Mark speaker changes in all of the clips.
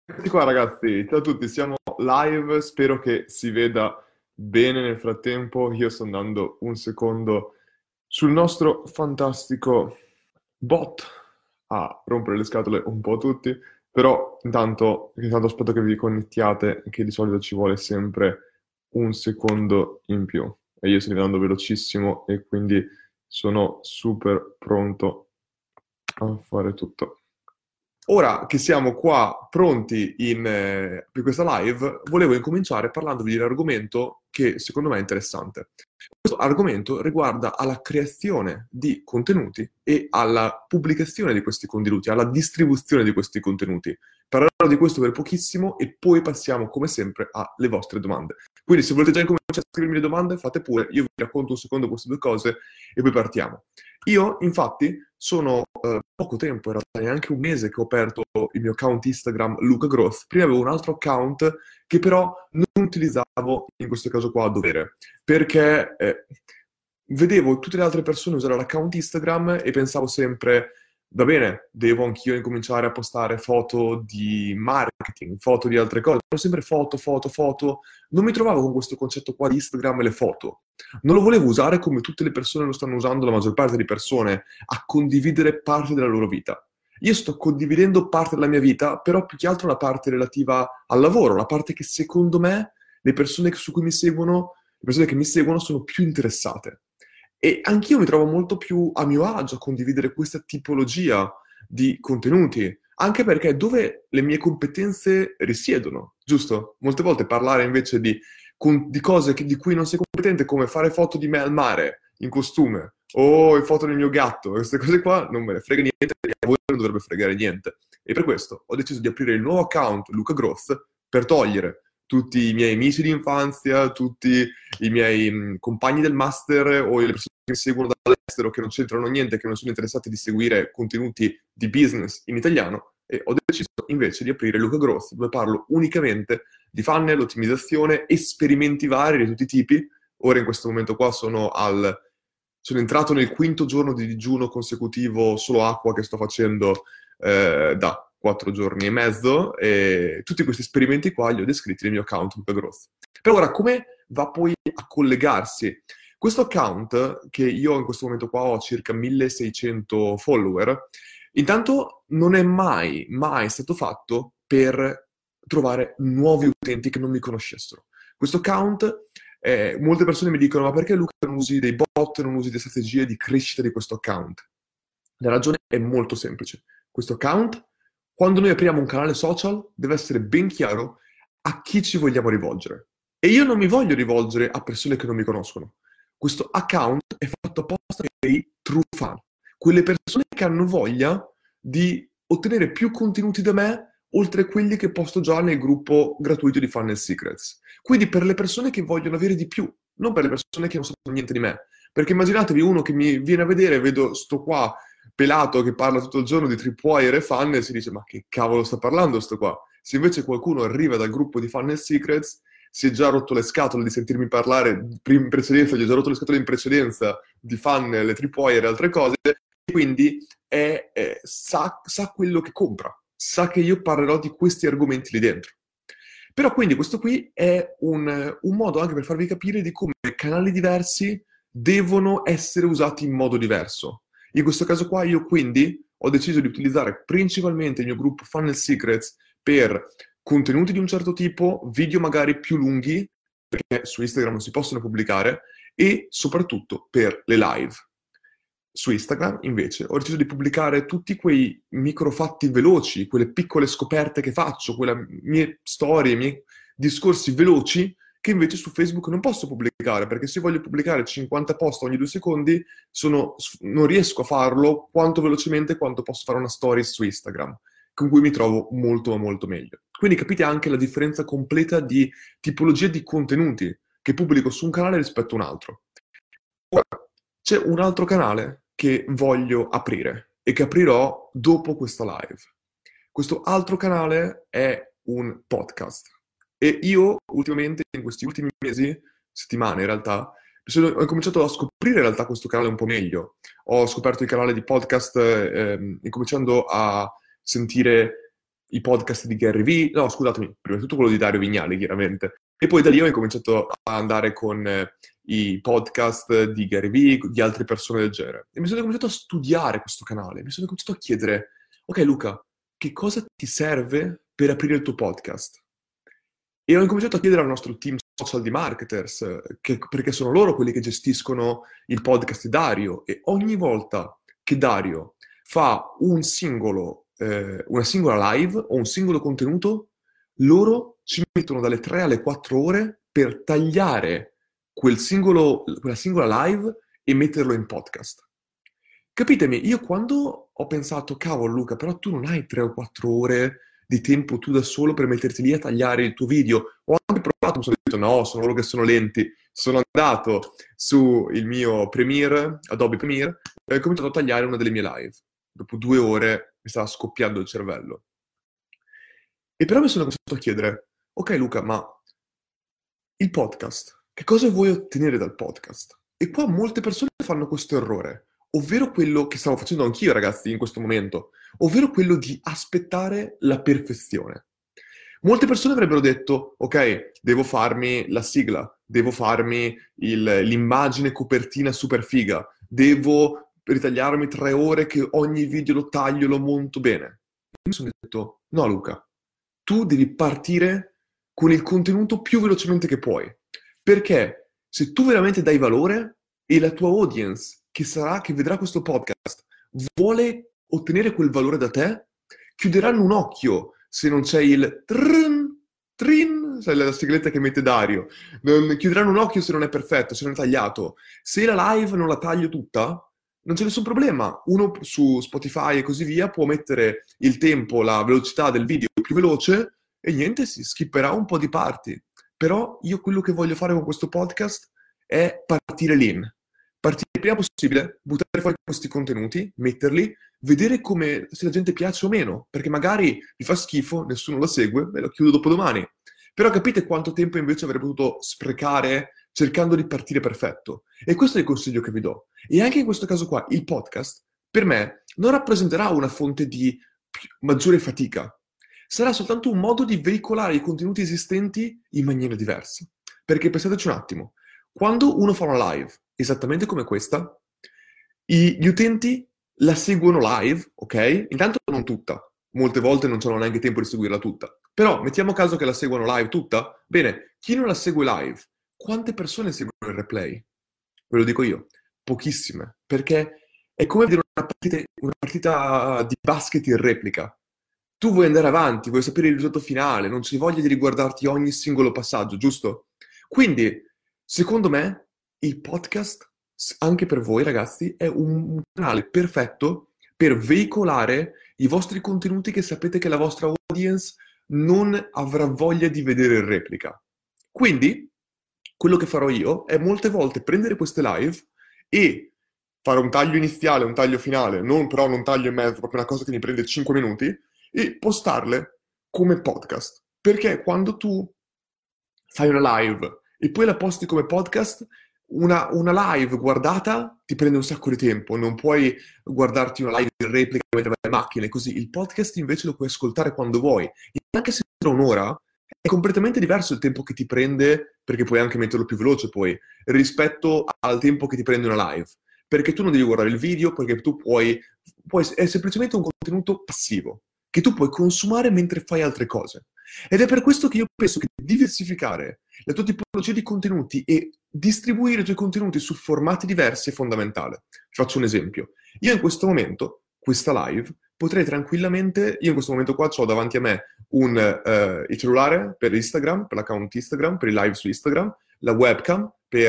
Speaker 1: Eccoci qua ragazzi, ciao a tutti, siamo live, spero che si veda bene nel frattempo. Io sto andando un secondo sul nostro fantastico bot a rompere le scatole un po' a tutti, però intanto aspetto che vi connettiate, che di solito ci vuole sempre un secondo in più. E io sto diventando velocissimo e quindi sono super pronto a fare tutto. Ora che siamo qua pronti per questa live, volevo incominciare parlandovi di un argomento che secondo me è interessante. Questo argomento riguarda alla creazione di contenuti e alla pubblicazione di questi contenuti, alla distribuzione di questi contenuti. Parlerò di questo per pochissimo e poi passiamo, come sempre, alle vostre domande. Quindi se volete già incominciare a scrivermi le domande, fate pure, io vi racconto un secondo queste due cose e poi partiamo. Io, infatti, sono poco tempo, in realtà neanche un mese che ho aperto il mio account Instagram Luca Growth. Prima avevo un altro account che però non utilizzavo in questo caso qua a dovere, perché vedevo tutte le altre persone usare l'account Instagram e pensavo sempre, va bene, devo anch'io incominciare a postare foto di marketing, foto di altre cose, però sempre foto, foto, foto. Non mi trovavo con questo concetto qua di Instagram e le foto. Non lo volevo usare come tutte le persone lo stanno usando, la maggior parte di persone, a condividere parte della loro vita. Io sto condividendo parte della mia vita, però più che altro la parte relativa al lavoro, la parte che secondo me le persone su cui mi seguono, le persone che mi seguono sono più interessate. E anch'io mi trovo molto più a mio agio a condividere questa tipologia di contenuti, anche perché è dove le mie competenze risiedono, giusto? Molte volte parlare invece di cose di cui non sei competente, come fare foto di me al mare, in costume, o le foto del mio gatto, queste cose qua non me ne frega niente, e a voi non dovrebbe fregare niente. E per questo ho deciso di aprire il nuovo account Luca Growth per togliere tutti i miei amici di infanzia, tutti i miei compagni del master o le persone che mi seguono dall'estero che non c'entrano niente, che non sono interessati di seguire contenuti di business in italiano, e ho deciso invece di aprire Luca Growth, dove parlo unicamente di funnel, ottimizzazione, esperimenti vari di tutti i tipi. Ora in questo momento qua sono entrato nel quinto giorno di digiuno consecutivo solo acqua che sto facendo da 4 giorni e mezzo, e tutti questi esperimenti qua li ho descritti nel mio account Luca Growth. Per ora, come va poi a collegarsi? Questo account, che io in questo momento qua ho circa 1600 follower, intanto non è mai stato fatto per trovare nuovi utenti che non mi conoscessero. Questo account, molte persone mi dicono, ma perché Luca non usi dei bot, non usi delle strategie di crescita di questo account? La ragione è molto semplice. Questo account, quando noi apriamo un canale social, deve essere ben chiaro a chi ci vogliamo rivolgere. E io non mi voglio rivolgere a persone che non mi conoscono. Questo account è fatto apposta per i true fan, quelle persone che hanno voglia di ottenere più contenuti da me, oltre a quelli che posto già nel gruppo gratuito di Funnel Secrets. Quindi per le persone che vogliono avere di più, non per le persone che non sanno niente di me. Perché immaginatevi uno che mi viene a vedere, vedo sto qua pelato che parla tutto il giorno di tripwire e funnel e si dice ma che cavolo sta parlando sto qua? Se invece qualcuno arriva dal gruppo di Funnel Secrets, si è già rotto le scatole di sentirmi parlare in precedenza, gli ho già rotto le scatole in precedenza di funnel, tripwire e altre cose, e quindi sa quello che compra, sa che io parlerò di questi argomenti lì dentro. Però quindi questo qui è un modo anche per farvi capire di come canali diversi devono essere usati in modo diverso. In questo caso qua io quindi ho deciso di utilizzare principalmente il mio gruppo Funnel Secrets per contenuti di un certo tipo, video magari più lunghi, perché su Instagram non si possono pubblicare, e soprattutto per le live. Su Instagram, invece, ho deciso di pubblicare tutti quei microfatti veloci, quelle piccole scoperte che faccio, quelle mie storie, i miei discorsi veloci, che invece su Facebook non posso pubblicare, perché se voglio pubblicare 50 post ogni 2 secondi, non riesco a farlo quanto velocemente quanto posso fare una stories su Instagram, con cui mi trovo molto ma molto meglio. Quindi capite anche la differenza completa di tipologia di contenuti che pubblico su un canale rispetto a un altro. Ora, c'è un altro canale che voglio aprire e che aprirò dopo questa live. Questo altro canale è un podcast. E io ultimamente, in questi ultimi mesi, settimane in realtà, ho cominciato a scoprire in realtà questo canale un po' meglio. Ho scoperto il canale di podcast incominciando a sentire i podcast di Gary Vee, no, scusatemi, prima di tutto quello di Dario Vignali, chiaramente. E poi da lì ho incominciato a andare con i podcast di Gary Vee, di altre persone del genere. E mi sono cominciato a studiare questo canale, mi sono cominciato a chiedere, ok Luca, che cosa ti serve per aprire il tuo podcast? E ho incominciato a chiedere al nostro team social di marketers, perché sono loro quelli che gestiscono il podcast di Dario, e ogni volta che Dario fa una singola live o un singolo contenuto, loro ci mettono dalle 3 alle 4 ore per tagliare quella singola live e metterlo in podcast. Capitemi, io quando ho pensato, cavolo Luca, però tu non hai 3 o 4 ore di tempo tu da solo per metterti lì a tagliare il tuo video. Ho anche provato, mi sono detto no, sono loro che sono lenti. Sono andato su il mio Premiere, Adobe Premiere, e ho cominciato a tagliare una delle mie live. Dopo 2 ore mi stava scoppiando il cervello. E però mi sono cominciato a chiedere, ok Luca, ma il podcast, che cosa vuoi ottenere dal podcast? E qua molte persone fanno questo errore, ovvero quello che stavo facendo anch'io, ragazzi, in questo momento, ovvero quello di aspettare la perfezione. Molte persone avrebbero detto, ok, devo farmi la sigla, devo farmi l'immagine copertina super figa, devo ritagliarmi 3 ore che ogni video lo taglio e lo monto bene. E mi sono detto, no Luca, tu devi partire con il contenuto più velocemente che puoi. Perché se tu veramente dai valore e la tua audience che vedrà questo podcast vuole ottenere quel valore da te, chiuderanno un occhio se non c'è il trin, sai la sigletta che mette Dario. Chiuderanno un occhio se non è perfetto, se non è tagliato. Se la live non la taglio tutta, non c'è nessun problema. Uno su Spotify e così via può mettere il tempo, la velocità del video più veloce e niente, si skipperà un po' di parti. Però io quello che voglio fare con questo podcast è partire lean. Partire il prima possibile, buttare fuori questi contenuti, metterli, vedere come, se la gente piace o meno, perché magari mi fa schifo, nessuno lo segue, me lo chiudo dopodomani. Però capite quanto tempo invece avrei potuto sprecare cercando di partire perfetto? E questo è il consiglio che vi do. E anche in questo caso qua, il podcast, per me, non rappresenterà una fonte di maggiore fatica. Sarà soltanto un modo di veicolare i contenuti esistenti in maniera diversa. Perché pensateci un attimo, quando uno fa una live, esattamente come questa, gli utenti la seguono live, ok? Intanto non tutta, molte volte non hanno neanche tempo di seguirla tutta. Però mettiamo caso che la seguono live tutta. Bene, chi non la segue live, quante persone seguono il replay? Ve lo dico io, pochissime, perché è come vedere una partita di basket in replica. Tu vuoi andare avanti, vuoi sapere il risultato finale, non c'hai voglia di riguardarti ogni singolo passaggio, giusto? Quindi, secondo me, il podcast, anche per voi ragazzi, è un canale perfetto per veicolare i vostri contenuti che sapete che la vostra audience non avrà voglia di vedere in replica. Quindi, quello che farò io è molte volte prendere queste live e fare un taglio iniziale, un taglio finale, però non taglio in mezzo, proprio una cosa che mi prende 5 minuti, e postarle come podcast. Perché quando tu fai una live e poi la posti come podcast, una live guardata ti prende un sacco di tempo, non puoi guardarti una live in replica mentre vai in macchina e così. Il podcast invece lo puoi ascoltare quando vuoi. E anche se dura un'ora, è completamente diverso il tempo che ti prende, perché puoi anche metterlo più veloce poi, rispetto al tempo che ti prende una live. Perché tu non devi guardare il video, perché tu è semplicemente un contenuto passivo, che tu puoi consumare mentre fai altre cose. Ed è per questo che io penso che diversificare la tua tipologia di contenuti e distribuire i tuoi contenuti su formati diversi è fondamentale. Faccio un esempio. Io in questo momento, questa live, potrei tranquillamente, io in questo momento qua ho davanti a me il cellulare per Instagram, per l'account Instagram, per i live su Instagram, la webcam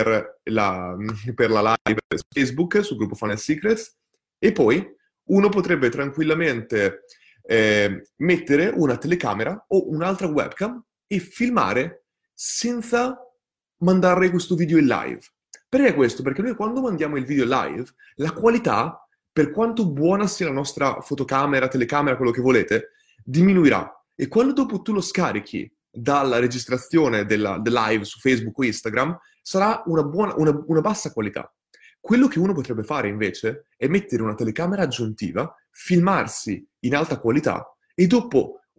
Speaker 1: per la live su Facebook, sul gruppo Funnel Secrets, e poi uno potrebbe tranquillamente mettere una telecamera o un'altra webcam e filmare senza mandare questo video in live. Perché questo? Perché noi quando mandiamo il video in live, la qualità, per quanto buona sia la nostra fotocamera, telecamera, quello che volete, diminuirà. E quando dopo tu lo scarichi dalla registrazione del live su Facebook o Instagram, sarà una bassa qualità. Quello che uno potrebbe fare invece è mettere una telecamera aggiuntiva, filmarsi in alta qualità e dopo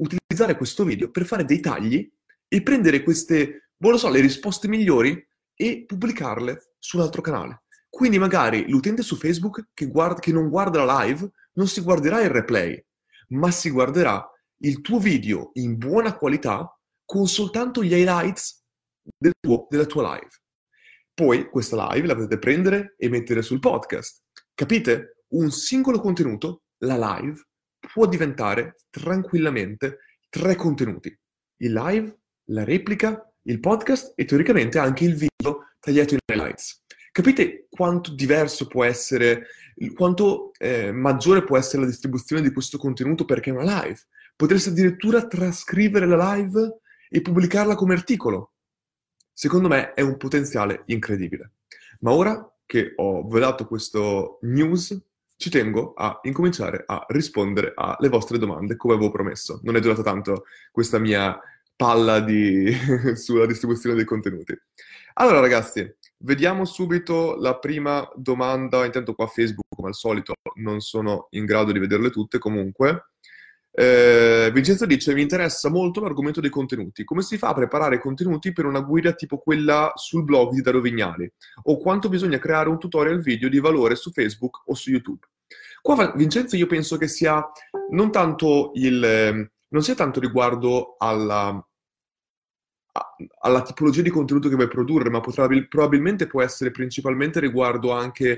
Speaker 1: utilizzare questo video per fare dei tagli e prendere queste, non lo so, le risposte migliori e pubblicarle su un altro canale. Quindi magari l'utente su Facebook che non guarda la live non si guarderà il replay, ma si guarderà il tuo video in buona qualità con soltanto gli highlights della tua live. Poi questa live la potete prendere e mettere sul podcast. Capite? Un singolo contenuto, la live, può diventare tranquillamente 3 contenuti. Il live, la replica, il podcast e teoricamente anche il video tagliato in highlights. Capite quanto diverso può essere, quanto maggiore può essere la distribuzione di questo contenuto perché è una live? Potreste addirittura trascrivere la live e pubblicarla come articolo. Secondo me è un potenziale incredibile. Ma ora che vi ho dato questo news, ci tengo a incominciare a rispondere alle vostre domande, come avevo promesso. Non è durata tanto questa mia palla sulla distribuzione dei contenuti. Allora ragazzi, vediamo subito la prima domanda. Intanto qua Facebook, come al solito, non sono in grado di vederle tutte comunque. Vincenzo dice: mi interessa molto l'argomento dei contenuti. Come si fa a preparare contenuti per una guida tipo quella sul blog di Dario Vignali? O quanto bisogna creare un tutorial video di valore su Facebook o su YouTube? Qua, Vincenzo, io penso che sia non sia tanto riguardo alla tipologia di contenuto che vuoi produrre, ma probabilmente può essere principalmente riguardo anche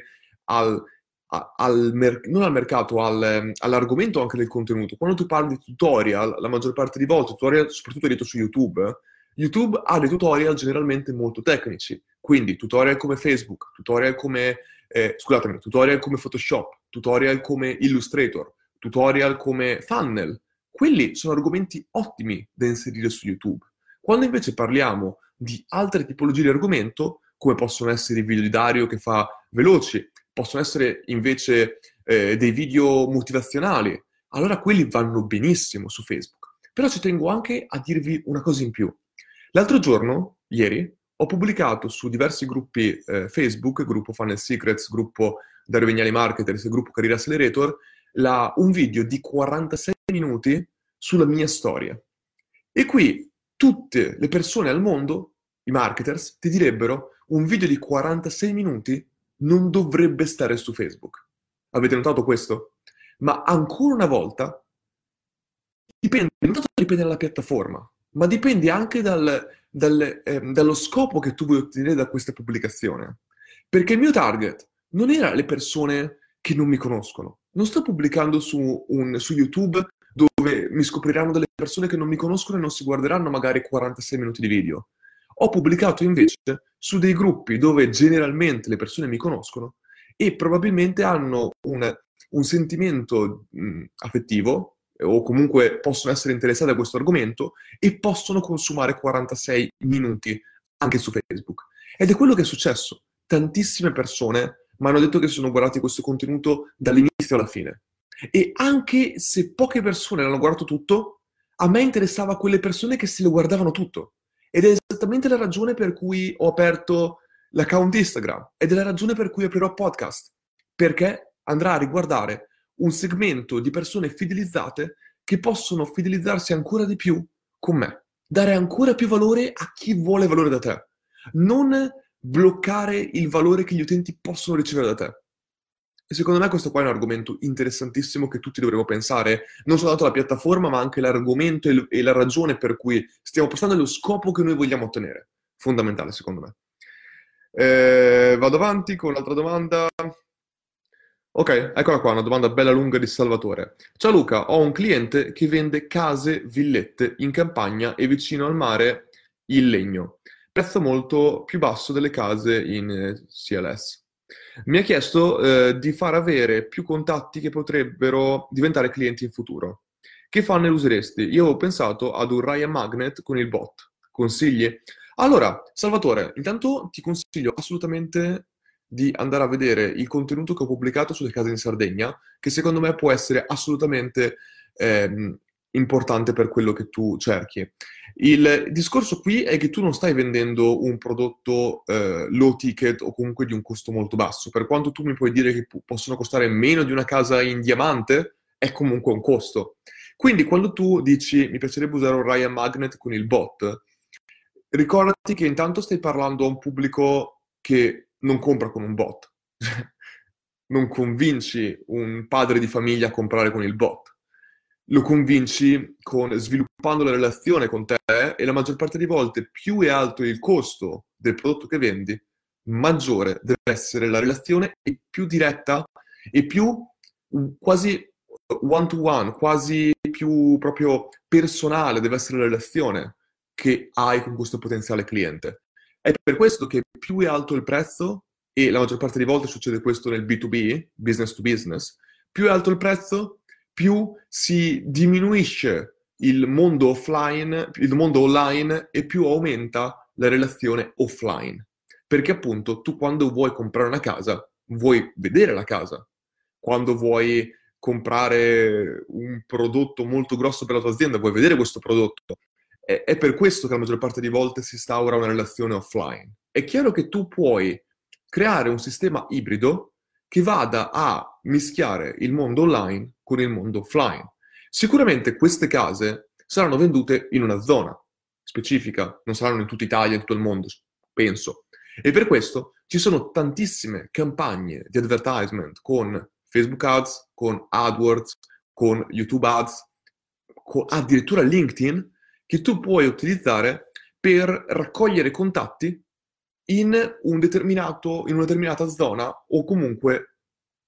Speaker 1: non al mercato, all'argomento anche del contenuto. Quando tu parli di tutorial, la maggior parte di volte, tutorial soprattutto detto su YouTube, YouTube ha dei tutorial generalmente molto tecnici, quindi tutorial come Facebook, tutorial come Photoshop, tutorial come Illustrator, tutorial come Funnel. Quelli sono argomenti ottimi da inserire su YouTube. Quando invece parliamo di altre tipologie di argomento, come possono essere i video di Dario che fa veloci, possono essere invece dei video motivazionali, allora quelli vanno benissimo su Facebook. Però ci tengo anche a dirvi una cosa in più. L'altro giorno, ieri, ho pubblicato su diversi gruppi Facebook, gruppo Funnel Secrets, gruppo Dario Vignali Marketers, gruppo Career Accelerator, un video di 46 minuti sulla mia storia. E qui tutte le persone al mondo, i marketers, ti direbbero un video di 46 minuti non dovrebbe stare su Facebook. Avete notato questo? Ma ancora una volta non tanto dipende dalla piattaforma, ma dipende anche dallo scopo che tu vuoi ottenere da questa pubblicazione. Perché il mio target non era le persone che non mi conoscono. Non sto pubblicando su YouTube dove mi scopriranno delle persone che non mi conoscono e non si guarderanno magari 46 minuti di video. Ho pubblicato invece su dei gruppi dove generalmente le persone mi conoscono e probabilmente hanno un sentimento affettivo o comunque possono essere interessati a questo argomento e possono consumare 46 minuti anche su Facebook. Ed è quello che è successo. Tantissime persone mi hanno detto che si sono guardati questo contenuto dall'inizio alla fine. E anche se poche persone l'hanno guardato tutto, a me interessava quelle persone che se lo guardavano tutto. Ed è esattamente la ragione per cui ho aperto l'account Instagram ed è la ragione per cui aprirò podcast, perché andrà a riguardare un segmento di persone fidelizzate che possono fidelizzarsi ancora di più con me, dare ancora più valore a chi vuole valore da te, non bloccare il valore che gli utenti possono ricevere da te. E secondo me questo qua è un argomento interessantissimo che tutti dovremmo pensare, non soltanto la piattaforma, ma anche l'argomento e la ragione per cui stiamo postando e lo scopo che noi vogliamo ottenere. Fondamentale, secondo me. Vado avanti con l'altra domanda. Ok, eccola qua, una domanda bella lunga di Salvatore. Ciao Luca, ho un cliente che vende case, villette in campagna e vicino al mare in legno. Prezzo molto più basso delle case in CLS. Mi ha chiesto di far avere più contatti che potrebbero diventare clienti in futuro. Che funnel useresti? Io avevo pensato ad un Ryan Magnet con il bot. Consigli? Allora, Salvatore, intanto ti consiglio assolutamente di andare a vedere il contenuto che ho pubblicato sulle case in Sardegna, che secondo me può essere assolutamente importante per quello che tu cerchi. Il discorso qui è che tu non stai vendendo un prodotto low ticket o comunque di un costo molto basso. Per quanto tu mi puoi dire che possono costare meno di una casa in diamante, è comunque un costo. Quindi quando tu dici mi piacerebbe usare un Ryan Magnet con il bot, ricordati che intanto stai parlando a un pubblico che non compra con un bot. Non convinci un padre di famiglia a comprare con il bot. Lo convinci sviluppando la relazione con te e la maggior parte delle volte più è alto il costo del prodotto che vendi, maggiore deve essere la relazione e più diretta e più quasi one to one, quasi più proprio personale deve essere la relazione che hai con questo potenziale cliente. È per questo che più è alto il prezzo, e la maggior parte delle volte succede questo nel B2B, business to business, più è alto il prezzo, più si diminuisce il mondo offline, il mondo online e più aumenta la relazione offline. Perché appunto tu quando vuoi comprare una casa, vuoi vedere la casa. Quando vuoi comprare un prodotto molto grosso per la tua azienda, vuoi vedere questo prodotto. È per questo che la maggior parte delle volte si instaura una relazione offline. È chiaro che tu puoi creare un sistema ibrido che vada a mischiare il mondo online con il mondo offline. Sicuramente queste case saranno vendute in una zona specifica, non saranno in tutta Italia, in tutto il mondo, penso. E per questo ci sono tantissime campagne di advertisement con Facebook Ads, con AdWords, con YouTube Ads, con addirittura LinkedIn, che tu puoi utilizzare per raccogliere contatti in una determinata zona o comunque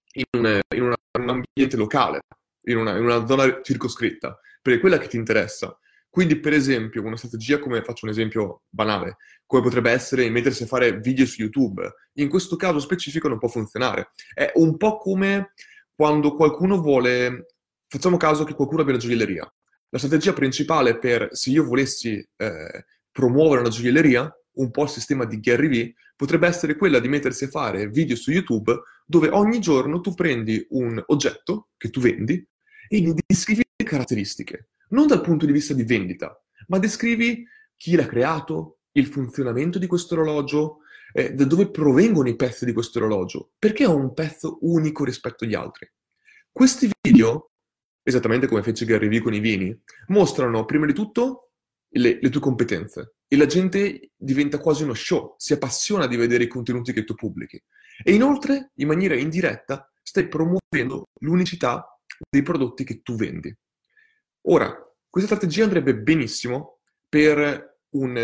Speaker 1: in un ambiente locale, in una zona circoscritta, perché è quella che ti interessa. Quindi, per esempio, una strategia come, faccio un esempio banale, come potrebbe essere mettersi a fare video su YouTube, in questo caso specifico non può funzionare. È un po' come quando qualcuno vuole, facciamo caso che qualcuno abbia una gioielleria. La strategia principale se io volessi promuovere una gioielleria, un po' il sistema di Gary Vee, potrebbe essere quella di mettersi a fare video su YouTube dove ogni giorno tu prendi un oggetto che tu vendi e gli descrivi le caratteristiche, non dal punto di vista di vendita, ma descrivi chi l'ha creato, il funzionamento di questo orologio, da dove provengono i pezzi di questo orologio, perché è un pezzo unico rispetto agli altri. Questi video, esattamente come fece Gary Vee con i vini, mostrano prima di tutto le tue competenze e la gente diventa quasi uno show, si appassiona di vedere i contenuti che tu pubblichi. E inoltre, in maniera indiretta, stai promuovendo l'unicità dei prodotti che tu vendi. Ora, questa strategia andrebbe benissimo per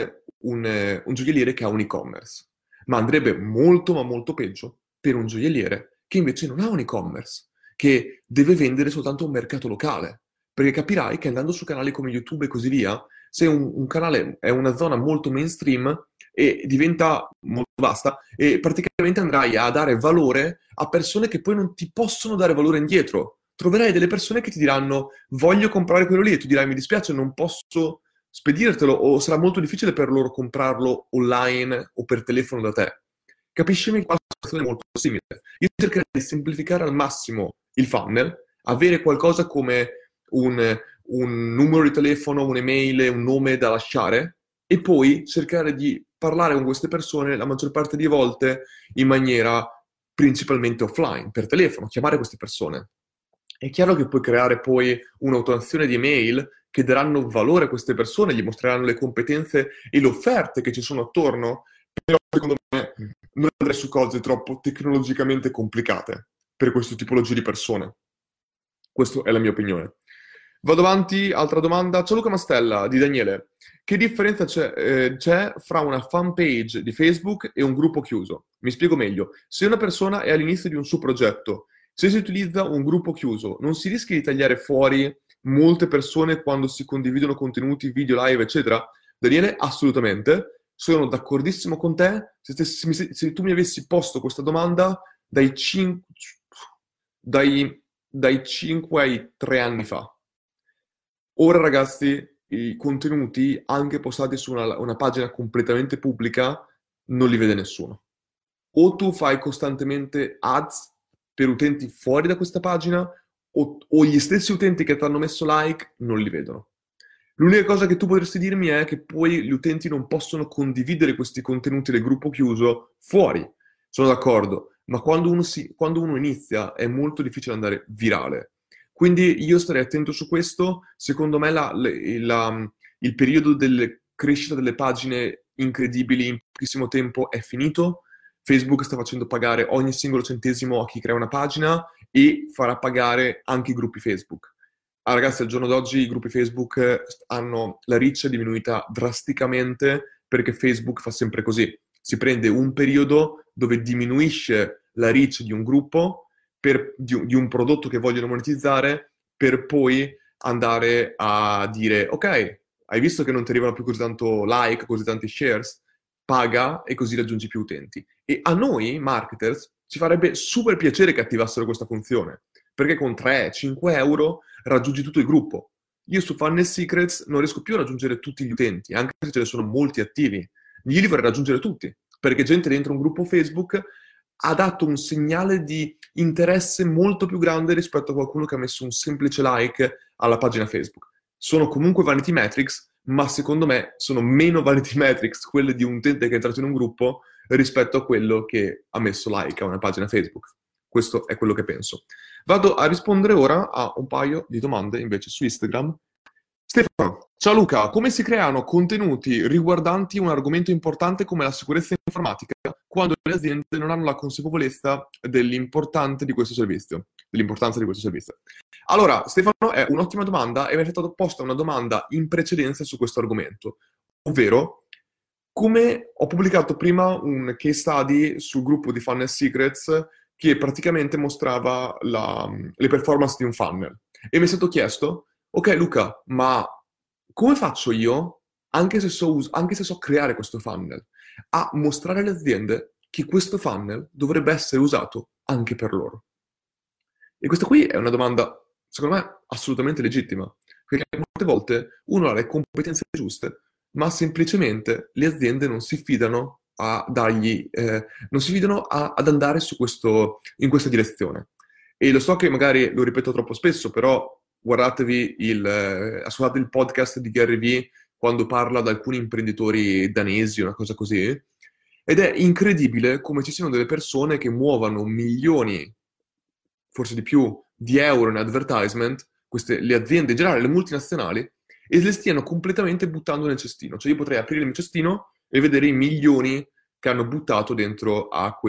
Speaker 1: un gioielliere che ha un e-commerce, ma andrebbe molto ma molto peggio per un gioielliere che invece non ha un e-commerce, che deve vendere soltanto a un mercato locale, perché capirai che andando su canali come YouTube e così via, se un canale è una zona molto mainstream e diventa molto vasta, e praticamente andrai a dare valore a persone che poi non ti possono dare valore indietro. Troverai delle persone che ti diranno voglio comprare quello lì e tu dirai mi dispiace non posso spedirtelo o sarà molto difficile per loro comprarlo online o per telefono da te. Capiscimi? Qua la situazione è molto simile. Io cercherei di semplificare al massimo il funnel, avere qualcosa come un numero di telefono, un'email, un nome da lasciare e poi cercare di parlare con queste persone la maggior parte delle volte in maniera principalmente offline, per telefono, chiamare queste persone. È chiaro che puoi creare poi un'automazione di email che daranno valore a queste persone, gli mostreranno le competenze e le offerte che ci sono attorno, però secondo me non andrei su cose troppo tecnologicamente complicate per questo tipologia di persone. Questa è la mia opinione. Vado avanti, altra domanda. Ciao Luca Mastella, di Daniele. Che differenza c'è fra una fan page di Facebook e un gruppo chiuso? Mi spiego meglio. Se una persona è all'inizio di un suo progetto, se si utilizza un gruppo chiuso, non si rischia di tagliare fuori molte persone quando si condividono contenuti, video live, eccetera? Daniele, assolutamente. Sono d'accordissimo con te. Se tu mi avessi posto questa domanda dai 5 ai 3 anni fa. Ora, ragazzi, i contenuti, anche postati su una pagina completamente pubblica, non li vede nessuno. O tu fai costantemente ads per utenti fuori da questa pagina, o gli stessi utenti che ti hanno messo like non li vedono. L'unica cosa che tu potresti dirmi è che poi gli utenti non possono condividere questi contenuti del gruppo chiuso fuori. Sono d'accordo, ma quando uno inizia è molto difficile andare virale. Quindi io starei attento su questo. Secondo me il periodo delle crescita delle pagine incredibili in pochissimo tempo è finito. Facebook sta facendo pagare ogni singolo centesimo a chi crea una pagina e farà pagare anche i gruppi Facebook. Ragazzi, al giorno d'oggi i gruppi Facebook hanno la reach diminuita drasticamente perché Facebook fa sempre così. Si prende un periodo dove diminuisce la reach di un gruppo di un prodotto che vogliono monetizzare per poi andare a dire ok, hai visto che non ti arrivano più così tanto like, così tanti shares? Paga e così raggiungi più utenti. E a noi, marketers, ci farebbe super piacere che attivassero questa funzione, perché con 3-5 euro raggiungi tutto il gruppo. Io su Funnel Secrets non riesco più a raggiungere tutti gli utenti, anche se ce ne sono molti attivi. Io li vorrei raggiungere tutti, perché gente dentro un gruppo Facebook ha dato un segnale di interesse molto più grande rispetto a qualcuno che ha messo un semplice like alla pagina Facebook. Sono comunque vanity metrics, ma secondo me sono meno vanity metrics quelle di un utente che è entrato in un gruppo rispetto a quello che ha messo like a una pagina Facebook. Questo è quello che penso. Vado a rispondere ora a un paio di domande invece su Instagram. Stefano, ciao Luca, come si creano contenuti riguardanti un argomento importante come la sicurezza informatica quando le aziende non hanno la consapevolezza dell'importanza di questo servizio? Allora, Stefano, è un'ottima domanda e mi è stata posta una domanda in precedenza su questo argomento, ovvero come ho pubblicato prima un case study sul gruppo di Funnel Secrets che praticamente mostrava le performance di un funnel. E mi è stato chiesto, ok Luca, ma come faccio io, anche se so creare questo funnel, a mostrare alle aziende che questo funnel dovrebbe essere usato anche per loro? E questa qui è una domanda, secondo me, assolutamente legittima, perché molte volte uno ha le competenze giuste, ma semplicemente le aziende non si fidano a dargli, non si fidano ad andare in questa direzione. E lo so che magari lo ripeto troppo spesso, però guardatevi ascoltate il podcast di Gary Vee quando parla ad alcuni imprenditori danesi, una cosa così, ed è incredibile come ci siano delle persone che muovano milioni, forse di più, di euro in advertisement, le aziende in generale, le multinazionali, e le stiano completamente buttando nel cestino. Cioè io potrei aprire il mio cestino e vedere i milioni che hanno buttato dentro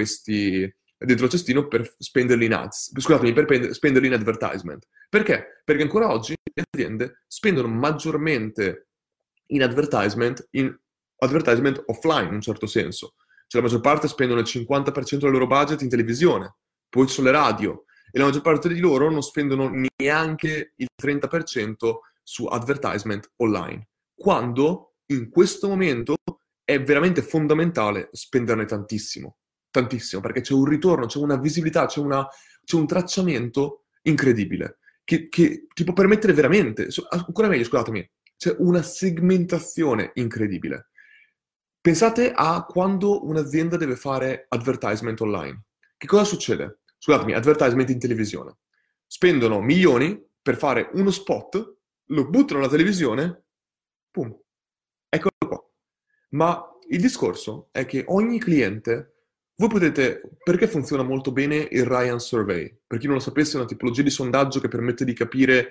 Speaker 1: il cestino per spenderli in ads. Scusatemi, per spenderli in advertisement. Perché? Perché ancora oggi le aziende spendono maggiormente in advertisement offline, in un certo senso. Cioè la maggior parte spendono il 50% del loro budget in televisione, poi sulle radio, e la maggior parte di loro non spendono neanche il 30% su advertisement online. Quando in questo momento è veramente fondamentale spenderne tantissimo, tantissimo, perché c'è un ritorno, c'è una visibilità, c'è un tracciamento incredibile che ti può permettere veramente, ancora meglio, scusatemi, c'è una segmentazione incredibile. Pensate a quando un'azienda deve fare advertisement online. Che cosa succede? Scusatemi, advertisement in televisione. Spendono milioni per fare uno spot, lo buttano alla televisione, pum, eccolo qua. Ma il discorso è che ogni cliente, perché funziona molto bene il Ryan Survey? Per chi non lo sapesse, è una tipologia di sondaggio che permette di capire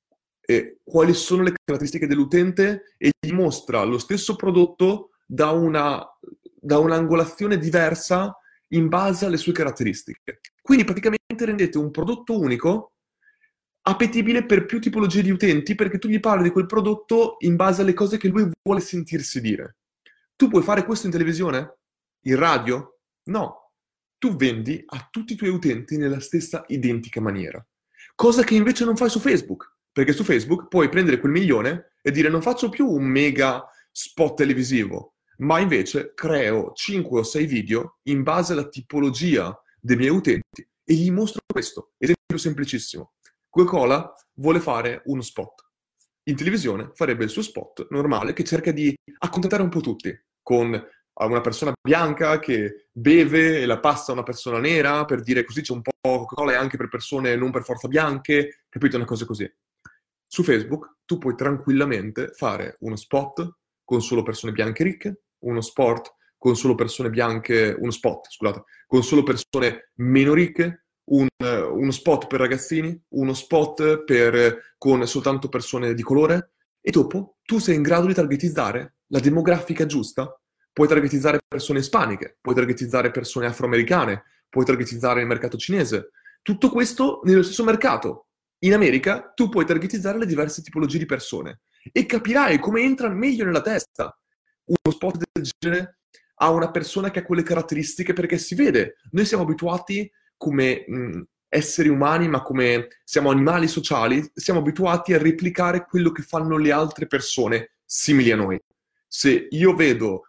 Speaker 1: quali sono le caratteristiche dell'utente e gli mostra lo stesso prodotto da un'angolazione diversa in base alle sue caratteristiche. Quindi praticamente rendete un prodotto unico appetibile per più tipologie di utenti perché tu gli parli di quel prodotto in base alle cose che lui vuole sentirsi dire. Tu puoi fare questo in televisione? In radio? No. Tu vendi a tutti i tuoi utenti nella stessa identica maniera. Cosa che invece non fai su Facebook. Perché su Facebook puoi prendere quel milione e dire non faccio più un mega spot televisivo, ma invece creo 5 o 6 video in base alla tipologia dei miei utenti e gli mostro questo. Esempio semplicissimo. Coca-Cola vuole fare uno spot. In televisione farebbe il suo spot normale che cerca di accontentare un po' tutti, con una persona bianca che beve e la passa a una persona nera per dire così c'è un po' Coca-Cola e anche per persone non per forza bianche, capito? Una cosa così. Su Facebook tu puoi tranquillamente fare uno spot con solo persone bianche ricche, uno spot con solo persone meno ricche, uno spot per ragazzini, uno spot con soltanto persone di colore, e dopo tu sei in grado di targetizzare la demografica giusta. Puoi targetizzare persone ispaniche, puoi targetizzare persone afroamericane, puoi targetizzare il mercato cinese. Tutto questo nello stesso mercato. In America tu puoi targetizzare le diverse tipologie di persone e capirai come entra meglio nella testa uno spot del genere a una persona che ha quelle caratteristiche, perché si vede. Noi siamo abituati come esseri umani, ma come siamo animali sociali, siamo abituati a replicare quello che fanno le altre persone simili a noi. Se io vedo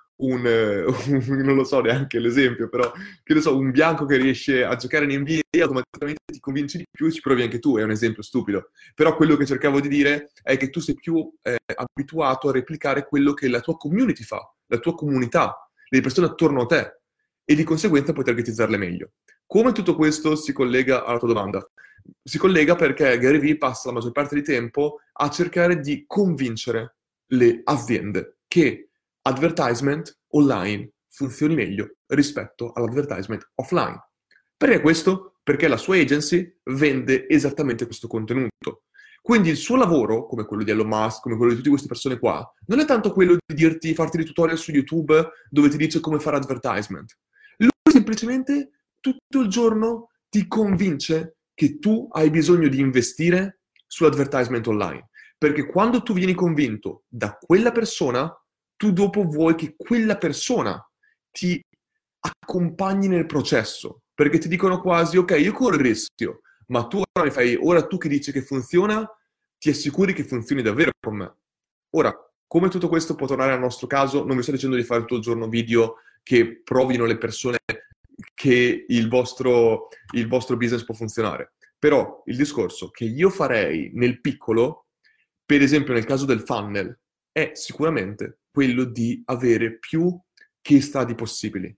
Speaker 1: non lo so neanche l'esempio, però che ne so, un bianco che riesce a giocare in NBA, automaticamente ti convinci di più e ci provi anche tu, è un esempio stupido. Però quello che cercavo di dire è che tu sei più abituato a replicare quello che la tua community fa, la tua comunità, le persone attorno a te, e di conseguenza puoi targetizzarle meglio. Come tutto questo si collega alla tua domanda? Si collega perché Gary Vee passa la maggior parte del tempo a cercare di convincere le aziende che advertisement online funzioni meglio rispetto all'advertisement offline. Perché questo? Perché la sua agency vende esattamente questo contenuto. Quindi il suo lavoro, come quello di Elon Musk, come quello di tutte queste persone qua, non è tanto quello di farti dei tutorial su YouTube dove ti dice come fare advertisement. Lui semplicemente tutto il giorno ti convince che tu hai bisogno di investire sull'advertisement online. Perché quando tu vieni convinto da quella persona, tu dopo vuoi che quella persona ti accompagni nel processo. Perché ti dicono quasi, ok, io corro il rischio, ma tu ora tu che dici che funziona, ti assicuri che funzioni davvero con me. Ora, come tutto questo può tornare al nostro caso, non vi sto dicendo di fare tutto il giorno video che provino le persone che il vostro business può funzionare. Però il discorso che io farei nel piccolo, per esempio nel caso del funnel, è sicuramente quello di avere più case study possibili,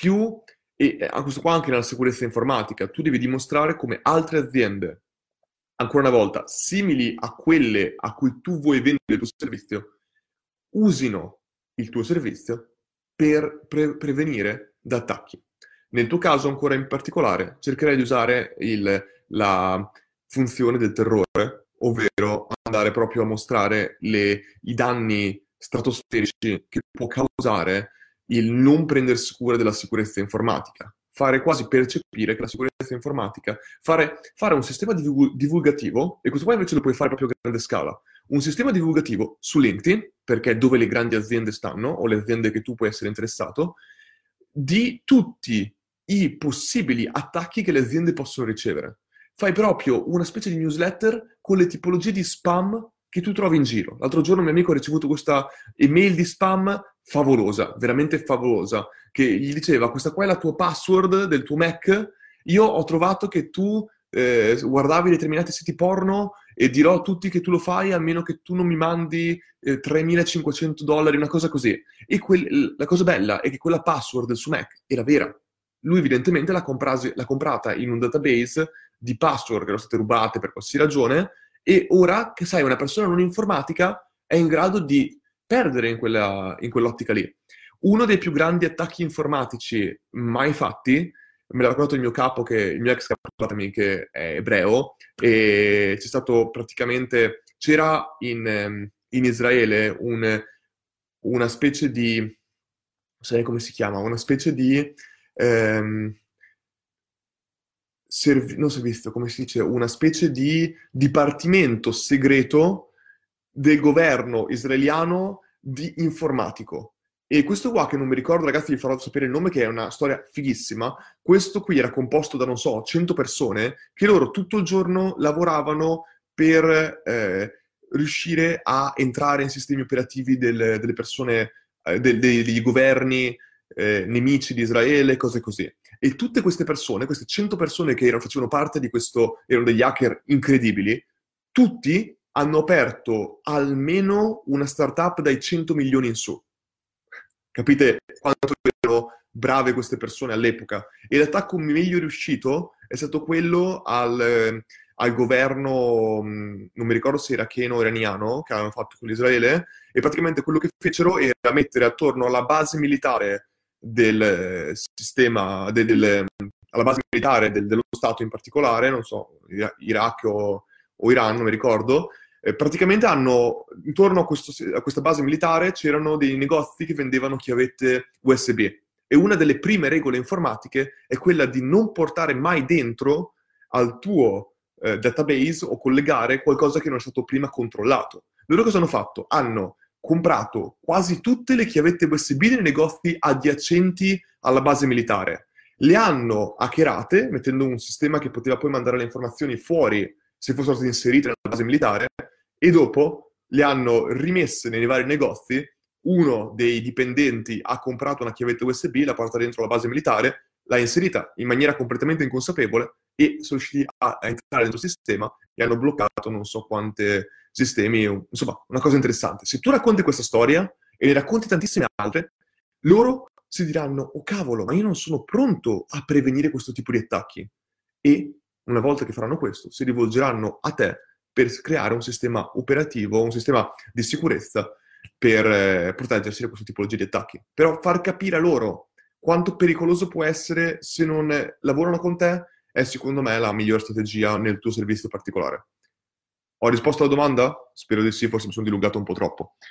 Speaker 1: e a questo qua anche nella sicurezza informatica, tu devi dimostrare come altre aziende, ancora una volta, simili a quelle a cui tu vuoi vendere il tuo servizio, usino il tuo servizio per prevenire da attacchi. Nel tuo caso, ancora in particolare, cercherei di usare la funzione del terrore, ovvero andare proprio a mostrare i danni stratosferici che può causare il non prendersi cura della sicurezza informatica. Fare quasi percepire che la sicurezza informatica, fare un sistema divulgativo, e questo qua invece lo puoi fare proprio a grande scala, un sistema divulgativo su LinkedIn, perché è dove le grandi aziende stanno, o le aziende che tu puoi essere interessato, di tutti i possibili attacchi che le aziende possono ricevere. Fai proprio una specie di newsletter con le tipologie di spam che tu trovi in giro. L'altro giorno un mio amico ha ricevuto questa email di spam favolosa, veramente favolosa, che gli diceva: questa qua è la tua password del tuo Mac, io ho trovato che tu guardavi determinati siti porno e dirò a tutti che tu lo fai a meno che tu non mi mandi $3.500, una cosa così. E la cosa bella è che quella password del suo Mac era vera. Lui evidentemente l'ha comprata in un database di password che erano state rubate per qualsiasi ragione, e ora che sai, una persona non informatica è in grado di perdere in quell'ottica lì. Uno dei più grandi attacchi informatici mai fatti, me l'ha raccontato il mio capo, il mio ex capo, che è ebreo, e c'è stato praticamente, c'era in Israele una specie di, non so come si chiama, una specie di non servizio, come si dice, una specie di dipartimento segreto del governo israeliano di informatico. E questo qua, che non mi ricordo, ragazzi, vi farò sapere il nome, che è una storia fighissima. Questo qui era composto da, non so, 100 persone, che loro tutto il giorno lavoravano per riuscire a entrare in sistemi operativi delle persone, dei governi nemici di Israele, cose così. E tutte queste persone, queste 100 persone che facevano parte di questo, erano degli hacker incredibili, tutti hanno aperto almeno una startup dai 100 milioni in su. Capite quanto erano brave queste persone all'epoca? E l'attacco meglio riuscito è stato quello al governo, non mi ricordo se iracheno o iraniano, che avevano fatto con Israele, e praticamente quello che fecero era mettere attorno alla base militare del sistema, alla base militare dello Stato in particolare, non so, Iraq o Iran, non mi ricordo, praticamente hanno, intorno a questa base militare c'erano dei negozi che vendevano chiavette USB. E una delle prime regole informatiche è quella di non portare mai dentro al tuo database o collegare qualcosa che non è stato prima controllato. Loro cosa hanno fatto? Hanno comprato quasi tutte le chiavette USB nei negozi adiacenti alla base militare. Le hanno hackerate, mettendo un sistema che poteva poi mandare le informazioni fuori se fossero state inserite nella base militare, e dopo le hanno rimesse nei vari negozi. Uno dei dipendenti ha comprato una chiavetta USB, l'ha portata dentro la base militare, l'ha inserita in maniera completamente inconsapevole e sono riusciti a entrare dentro il sistema e hanno bloccato non so quante sistemi, insomma, una cosa interessante. Se tu racconti questa storia e ne racconti tantissime altre, loro si diranno, oh cavolo, ma io non sono pronto a prevenire questo tipo di attacchi. E una volta che faranno questo, si rivolgeranno a te per creare un sistema operativo, un sistema di sicurezza per proteggersi da questo tipologia di attacchi. Però far capire a loro quanto pericoloso può essere se non lavorano con te è secondo me la migliore strategia nel tuo servizio particolare. Ho risposto alla domanda? Spero di sì, forse mi sono dilungato un po' troppo.